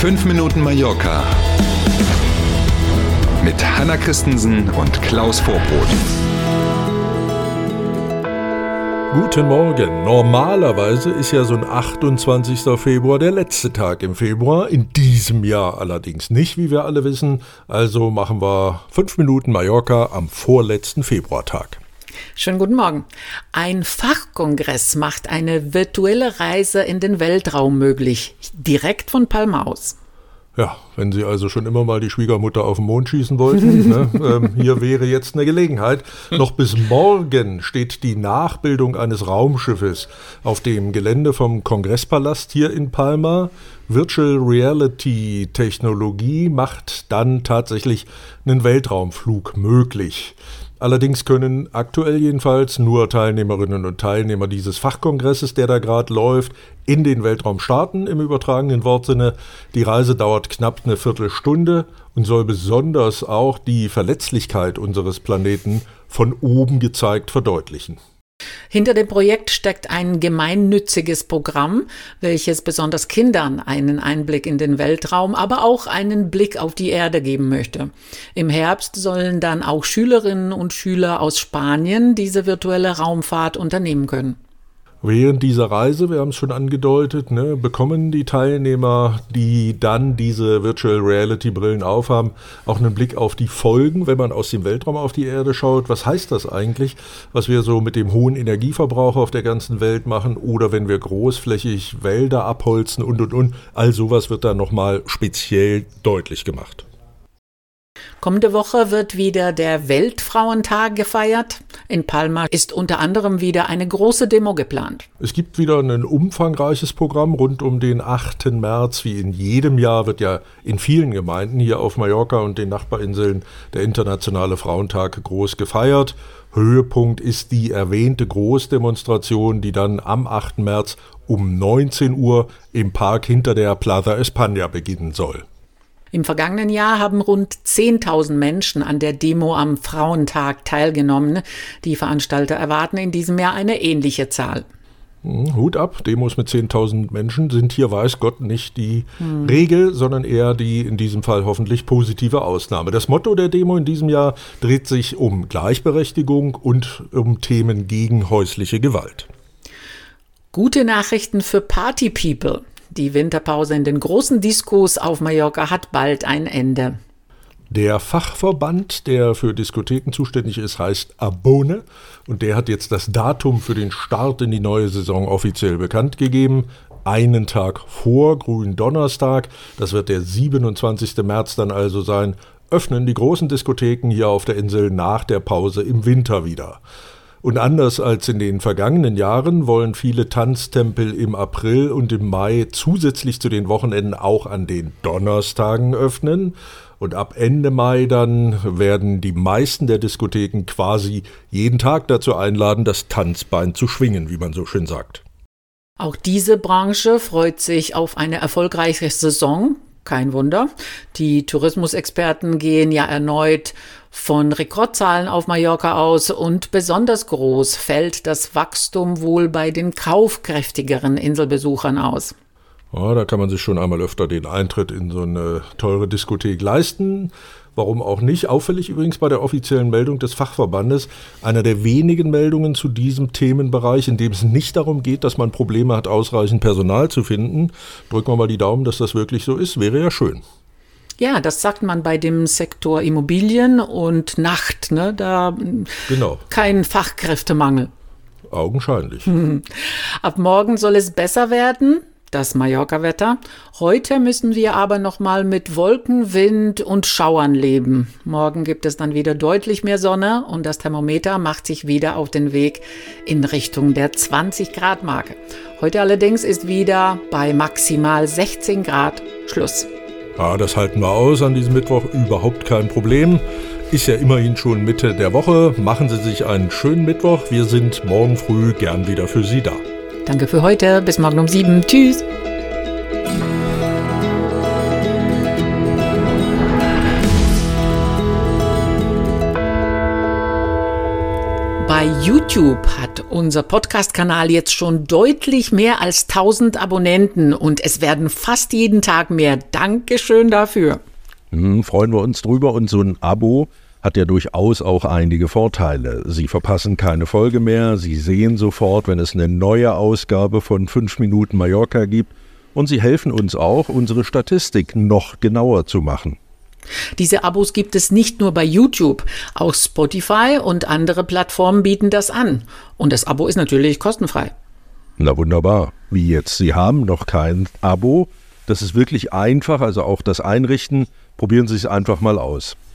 5 Minuten Mallorca mit Hanna Christensen und Klaus Vorbrot. Guten Morgen. Normalerweise ist ja so ein 28. Februar der letzte Tag im Februar. In diesem Jahr allerdings nicht, wie wir alle wissen. Also machen wir 5 Minuten Mallorca am vorletzten Februartag. Schönen guten Morgen. Ein Fachkongress macht eine virtuelle Reise in den Weltraum möglich, direkt von Palma aus. Ja, wenn Sie also schon immer mal die Schwiegermutter auf den Mond schießen wollten, hier wäre jetzt eine Gelegenheit. Noch bis morgen steht die Nachbildung eines Raumschiffes auf dem Gelände vom Kongresspalast hier in Palma. Virtual Reality Technologie macht dann tatsächlich einen Weltraumflug möglich. Allerdings können aktuell jedenfalls nur Teilnehmerinnen und Teilnehmer dieses Fachkongresses, der da gerade läuft, in den Weltraum starten, im übertragenen Wortsinne. Die Reise dauert knapp eine Viertelstunde und soll besonders auch die Verletzlichkeit unseres Planeten von oben gezeigt verdeutlichen. Hinter dem Projekt steckt ein gemeinnütziges Programm, welches besonders Kindern einen Einblick in den Weltraum, aber auch einen Blick auf die Erde geben möchte. Im Herbst sollen dann auch Schülerinnen und Schüler aus Spanien diese virtuelle Raumfahrt unternehmen können. Während dieser Reise, wir haben es schon angedeutet, bekommen die Teilnehmer, die dann diese Virtual Reality Brillen aufhaben, auch einen Blick auf die Folgen, wenn man aus dem Weltraum auf die Erde schaut. Was heißt das eigentlich, was wir so mit dem hohen Energieverbrauch auf der ganzen Welt machen oder wenn wir großflächig Wälder abholzen und. All sowas wird dann nochmal speziell deutlich gemacht. Kommende Woche wird wieder der Weltfrauentag gefeiert. In Palma ist unter anderem wieder eine große Demo geplant. Es gibt wieder ein umfangreiches Programm rund um den 8. März. Wie in jedem Jahr wird ja in vielen Gemeinden hier auf Mallorca und den Nachbarinseln der Internationale Frauentag groß gefeiert. Höhepunkt ist die erwähnte Großdemonstration, die dann am 8. März um 19 Uhr im Park hinter der Plaza España beginnen soll. Im vergangenen Jahr haben rund 10.000 Menschen an der Demo am Frauentag teilgenommen. Die Veranstalter erwarten in diesem Jahr eine ähnliche Zahl. Hut ab, Demos mit 10.000 Menschen sind hier, weiß Gott, nicht die Regel, sondern eher die in diesem Fall hoffentlich positive Ausnahme. Das Motto der Demo in diesem Jahr dreht sich um Gleichberechtigung und um Themen gegen häusliche Gewalt. Gute Nachrichten für Party People. Die Winterpause in den großen Diskos auf Mallorca hat bald ein Ende. Der Fachverband, der für Diskotheken zuständig ist, heißt Abone und der hat jetzt das Datum für den Start in die neue Saison offiziell bekannt gegeben. Einen Tag vor Gründonnerstag, das wird der 27. März dann also sein, öffnen die großen Diskotheken hier auf der Insel nach der Pause im Winter wieder. Und anders als in den vergangenen Jahren wollen viele Tanztempel im April und im Mai zusätzlich zu den Wochenenden auch an den Donnerstagen öffnen. Und ab Ende Mai dann werden die meisten der Diskotheken quasi jeden Tag dazu einladen, das Tanzbein zu schwingen, wie man so schön sagt. Auch diese Branche freut sich auf eine erfolgreiche Saison. Kein Wunder. Die Tourismusexperten gehen ja erneut von Rekordzahlen auf Mallorca aus und besonders groß fällt das Wachstum wohl bei den kaufkräftigeren Inselbesuchern aus. Ja, da kann man sich schon einmal öfter den Eintritt in so eine teure Diskothek leisten. Warum auch nicht? Auffällig übrigens bei der offiziellen Meldung des Fachverbandes, einer der wenigen Meldungen zu diesem Themenbereich, in dem es nicht darum geht, dass man Probleme hat, ausreichend Personal zu finden. Drücken wir mal die Daumen, dass das wirklich so ist. Wäre ja schön. Ja, das sagt man bei dem Sektor Immobilien und Nacht. Da genau. Kein Fachkräftemangel. Augenscheinlich. Ab morgen soll es besser werden. Das Mallorca-Wetter. Heute müssen wir aber nochmal mit Wolken, Wind und Schauern leben. Morgen gibt es dann wieder deutlich mehr Sonne und das Thermometer macht sich wieder auf den Weg in Richtung der 20-Grad-Marke. Heute allerdings ist wieder bei maximal 16 Grad Schluss. Ja, das halten wir aus an diesem Mittwoch, überhaupt kein Problem. Ist ja immerhin schon Mitte der Woche. Machen Sie sich einen schönen Mittwoch. Wir sind morgen früh gern wieder für Sie da. Danke für heute. Bis morgen um 7. Tschüss. Bei Bei YouTube hat unser Podcast-Kanal jetzt schon deutlich mehr als 1000 Abonnenten und es werden fast jeden Tag mehr. Dankeschön dafür. Freuen wir uns drüber, und so ein Abo hat ja durchaus auch einige Vorteile. Sie verpassen keine Folge mehr, Sie sehen sofort, wenn es eine neue Ausgabe von 5 Minuten Mallorca gibt, und Sie helfen uns auch, unsere Statistik noch genauer zu machen. Diese Abos gibt es nicht nur bei YouTube, auch Spotify und andere Plattformen bieten das an. Und das Abo ist natürlich kostenfrei. Na wunderbar. Wie jetzt? Sie haben noch kein Abo? Das ist wirklich einfach, also auch das Einrichten. Probieren Sie es einfach mal aus.